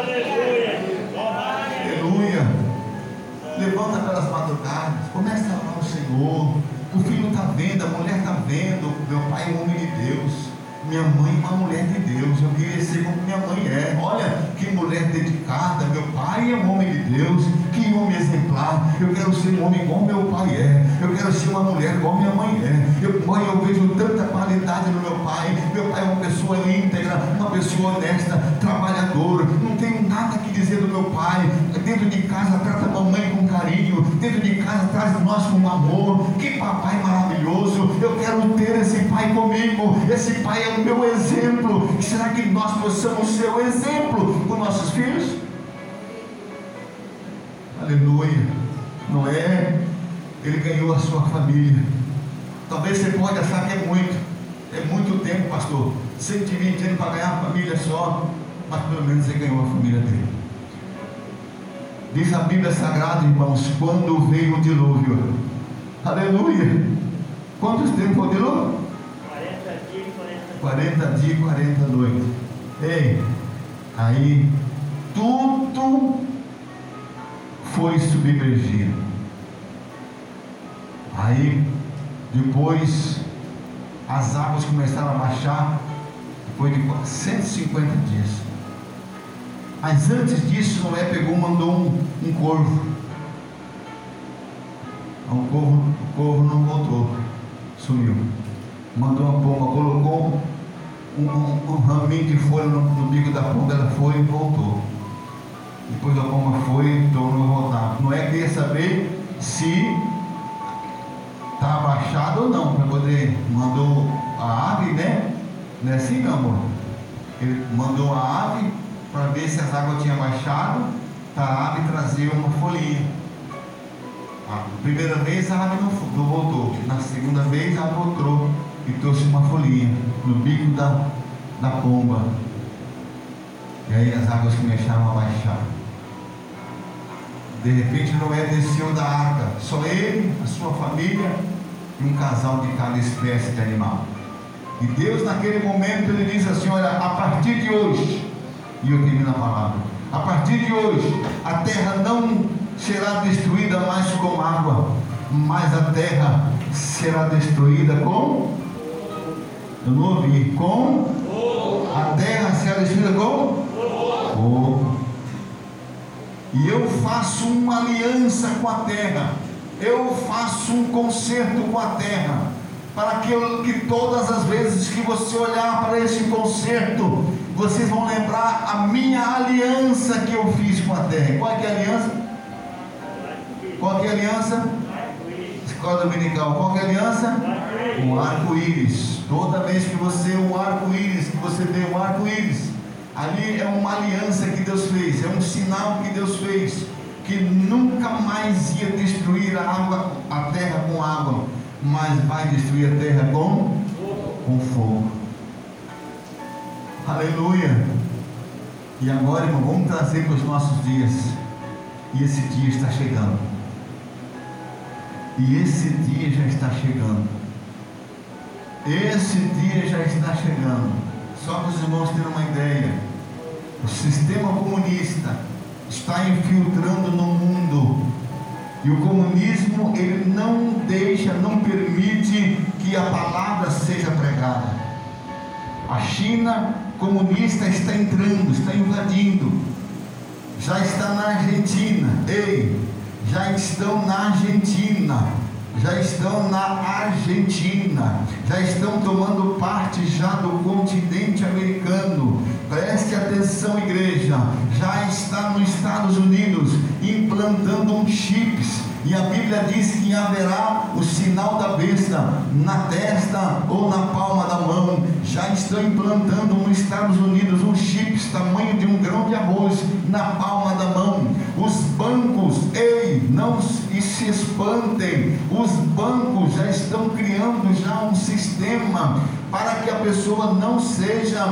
Speaker 1: Aleluia. Levanta pelas madrugadas, começa a orar ao Senhor. O filho está vendo, a mulher está vendo. Meu pai é um homem de Deus, minha mãe é uma mulher de Deus. Eu queria ser como minha mãe é. Olha que mulher dedicada. Meu pai é um homem de Deus. Que homem exemplar. Eu quero ser um homem igual meu pai é. Eu quero ser uma mulher igual minha mãe é. Eu vejo tanta qualidade no meu pai. Meu pai é uma pessoa íntegra, uma pessoa honesta, trabalhadora. Não tenho nada que dizer do meu pai. Dentro de casa trata a mamãe com carinho. Dentro de casa traz nós com amor. Que papai maravilhoso. Eu quero ter esse pai comigo. Esse pai é o meu exemplo. Será que nós possamos ser o exemplo com nossos filhos? Aleluia. Noé, ele ganhou a sua família. Talvez você pode achar que é muito tempo, pastor, 120 anos para ganhar a família só, mas pelo menos ele ganhou a família dele. Diz a Bíblia Sagrada, irmãos, quando veio o dilúvio. Aleluia. Quantos tempos foi o dilúvio? 40 dias e 40 noites. Ei, aí tudo foi submergido. Aí depois as águas começaram a baixar, depois de 150 dias. Mas antes disso, Noé mandou um corvo. O corvo não voltou, sumiu. Mandou uma pomba, colocou um raminho de folha no bico da pomba, ela foi e voltou. Depois a pomba foi e tornou a voltar. Noé queria saber se está abaixado ou não, para poder, mandou a ave, né? Não é assim não, amor? Ele mandou a ave para ver se as águas tinham baixado, para a ave trazer uma folhinha. A primeira vez a ave não voltou, na segunda vez a ave voltou e trouxe uma folhinha no bico da pomba. E aí as águas começaram a baixar. De repente Noé desceu da arca, só ele, a sua família e um casal de cada espécie de animal. E Deus naquele momento ele diz assim: olha, a partir de hoje, e eu termino a palavra, a partir de hoje a terra não será destruída mais com água, mas a terra será destruída com... Eu não ouvi. Com? A terra será destruída com? Fogo. E eu faço uma aliança com a terra. Eu faço um concerto com a terra, para que todas as vezes que você olhar para esse concerto, vocês vão lembrar a minha aliança que eu fiz com a terra. Qual é que é a aliança? Qual que é a aliança? Escola dominical. Qual que é a aliança? Um arco-íris. Toda vez que você um arco-íris, que você vê um arco-íris, ali é uma aliança que Deus fez, é um sinal que Deus fez, que nunca mais ia destruir a terra com água, mas vai destruir a terra com fogo. Aleluia. E agora, irmão, vamos trazer para os nossos dias. E esse dia está chegando. E esse dia já está chegando. Esse dia já está chegando. Só para os irmãos terem uma ideia, o sistema comunista está infiltrando no mundo. E o comunismo, ele não deixa, não permite que a palavra seja pregada. A China comunista está entrando, está invadindo. Já está na Argentina. Já estão na Argentina. Já estão na Argentina. Já estão tomando parte já do continente americano. Preste atenção, igreja. Já está nos Estados Unidos implantando um chips, e a Bíblia diz que haverá o sinal da besta na testa ou na palma da mão. Já estão implantando nos Estados Unidos um chips tamanho de um grão de arroz na palma da mão. Os bancos, não se espantem, os bancos já estão criando já um sistema para que a pessoa não seja,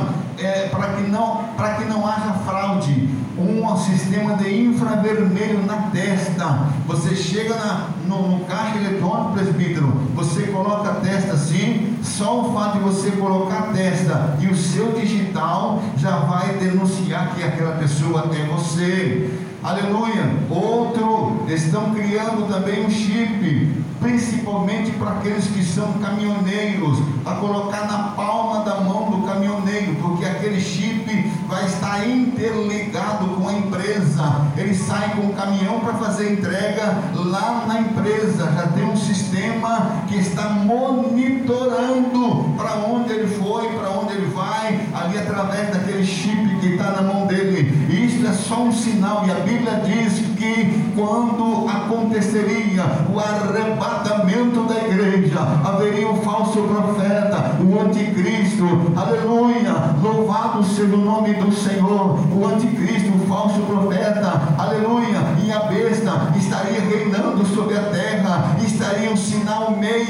Speaker 1: para que não haja fraude. Um sistema de infravermelho na testa. Você chega no caixa eletrônico, presbítero, você coloca a testa assim, só o fato de você colocar a testa e o seu digital já vai denunciar que aquela pessoa é você. Aleluia. Outro, estão criando também um chip, principalmente para aqueles que são caminhoneiros, para colocar na palma da mão do caminhoneiro, porque aquele chip vai estar interligado com a empresa. Ele sai com o caminhão para fazer entrega lá na empresa. Já tem um sistema que está monitorando para onde ele foi, para onde ele vai, ali através daquele chip que está na mão dele. Isso é só um sinal, e a Bíblia diz que quando aconteceria o arrebatamento da igreja, haveria um falso profeta, o anticristo. Aleluia, louvado seja o nome do Senhor. O anticristo, o falso profeta, aleluia, e a besta estaria reinando sobre a terra. Estaria um sinal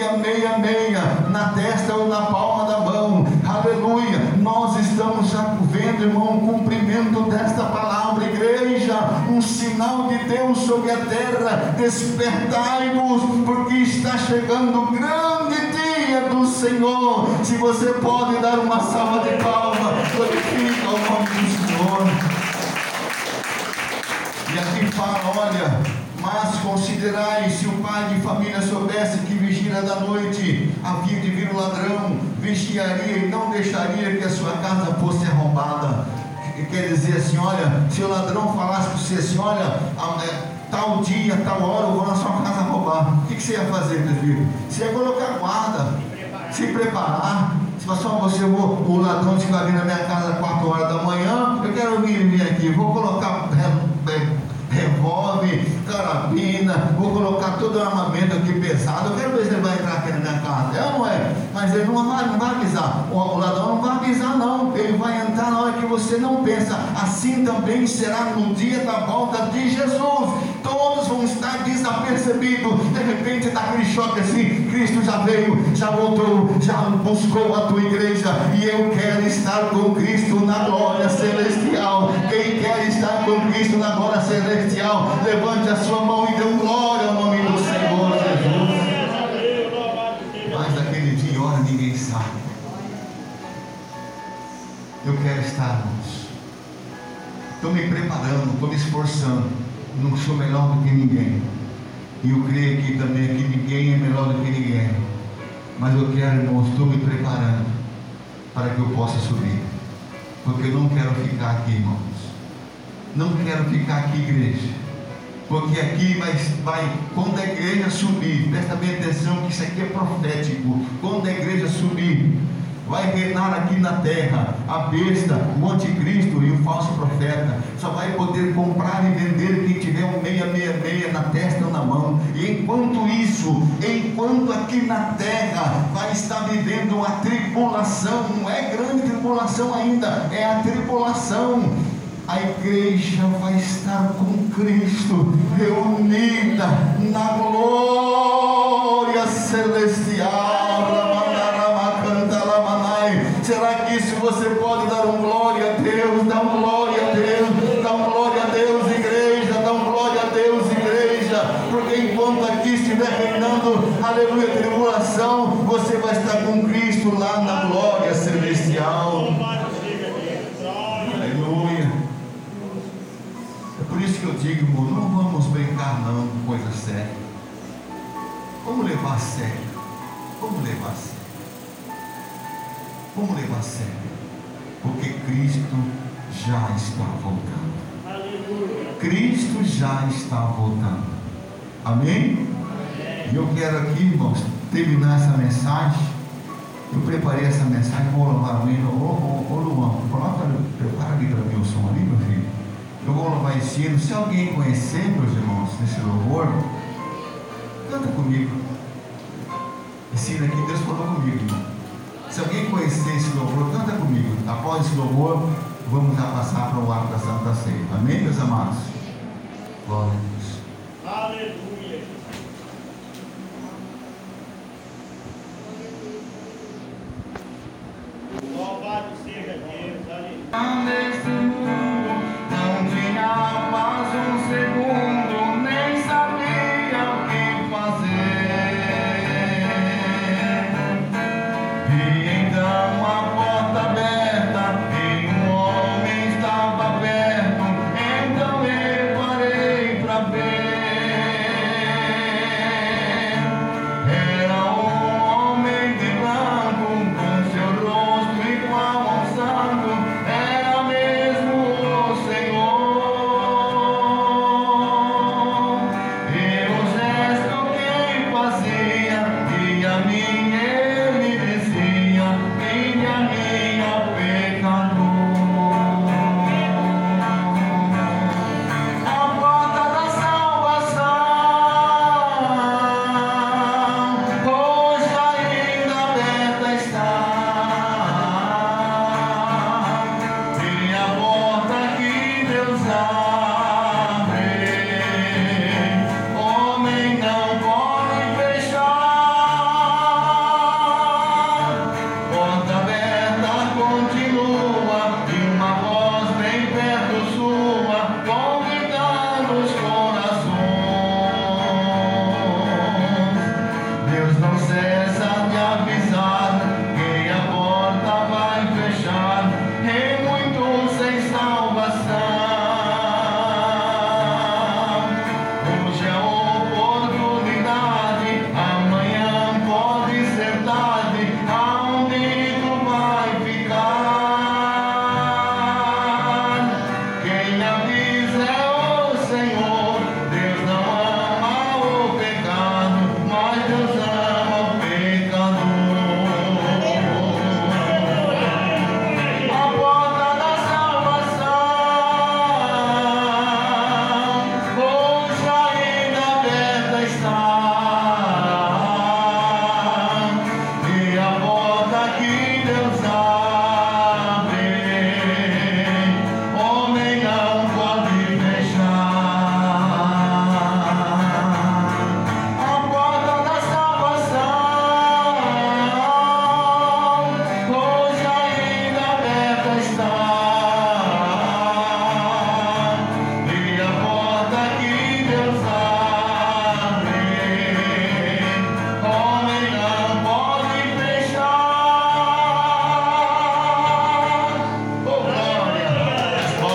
Speaker 1: 666 na testa ou na palma da mão. Aleluia. Nós estamos já vendo, irmão, o cumprimento desta palavra, igreja. Um sinal de Deus sobre a terra. Despertai-vos, porque está chegando o grande dia do Senhor. Se você pode dar uma salva de palmas, glorifica o nome do Senhor. E aqui fala, olha: mas considerai, se o pai de família soubesse que vigília da noite havia de vir o ladrão, vigiaria e não deixaria que a sua casa fosse arrombada. Quer dizer assim, olha, se o ladrão falasse para você assim, olha, tal dia, tal hora eu vou na sua casa roubar, o que você ia fazer, presbítero? Você ia colocar guarda, se preparar. Se você, o ladrão que vai vir na minha casa às 4 horas da manhã, eu quero vir aqui, vou colocar revólver, carabina, vou colocar todo o armamento aqui pesado, eu quero ver se ele vai entrar aqui na minha casa. É ou não é? Mas ele não vai avisar, o ladrão não vai avisar não, ele vai entrar na hora que você não pensa. Assim também será no dia da volta de Jesus. Todos vão estar desapercebidos. De repente dá aquele choque assim: Cristo já veio, já voltou, já buscou a tua igreja, e eu quero estar com Cristo na glória celestial. Quem quer estar com Cristo na glória celestial, levante a sua mão e dê glória ao nome do Senhor Jesus. Mas daquele dia e hora ninguém sabe. Eu quero estar, irmãos. Estou me preparando, estou me esforçando. Não sou melhor do que ninguém, e eu creio aqui também que ninguém é melhor do que ninguém, mas eu quero, irmãos, estou me preparando para que eu possa subir, porque eu não quero ficar aqui, irmãos, não quero ficar aqui, igreja, porque aqui vai quando a igreja subir, presta bem atenção que isso aqui é profético. Quando a igreja subir, vai reinar aqui na terra a besta, o anticristo e o falso profeta. Só vai poder comprar e vender quem tiver um 666 na testa ou na mão. E enquanto isso, enquanto aqui na terra vai estar vivendo uma tribulação, não é grande tribulação ainda, é a tribulação, a igreja vai estar com Cristo, reunida na glória celestial. Será que isso você pode dar um glória a Deus? Dá um glória a Deus, dá um glória a Deus, igreja, dá um glória a Deus, igreja, porque enquanto aqui estiver reinando, aleluia, tribulação, você vai estar com Cristo lá na glória celestial. Aleluia. É por isso que eu digo, irmão, não vamos brincar não com coisa séria. Vamos levar a sério. Vamos levar a sério. Vamos levar a sério, porque Cristo já está voltando. Aleluia. Cristo já está voltando. Amém? E eu quero aqui, irmãos, terminar essa mensagem Eu preparei essa mensagem, vou louvar o hino. Ô Luan, prepara ali para mim o som ali, meu filho. Eu vou louvar esse hino. Se alguém conhecer, meus irmãos, esse louvor, canta comigo. Esse hino aqui, Deus falou comigo, irmão. Se alguém conhecer esse louvor, canta comigo. Após esse louvor, vamos já passar para o ato da Santa Ceia. Amém, meus amados? Glória.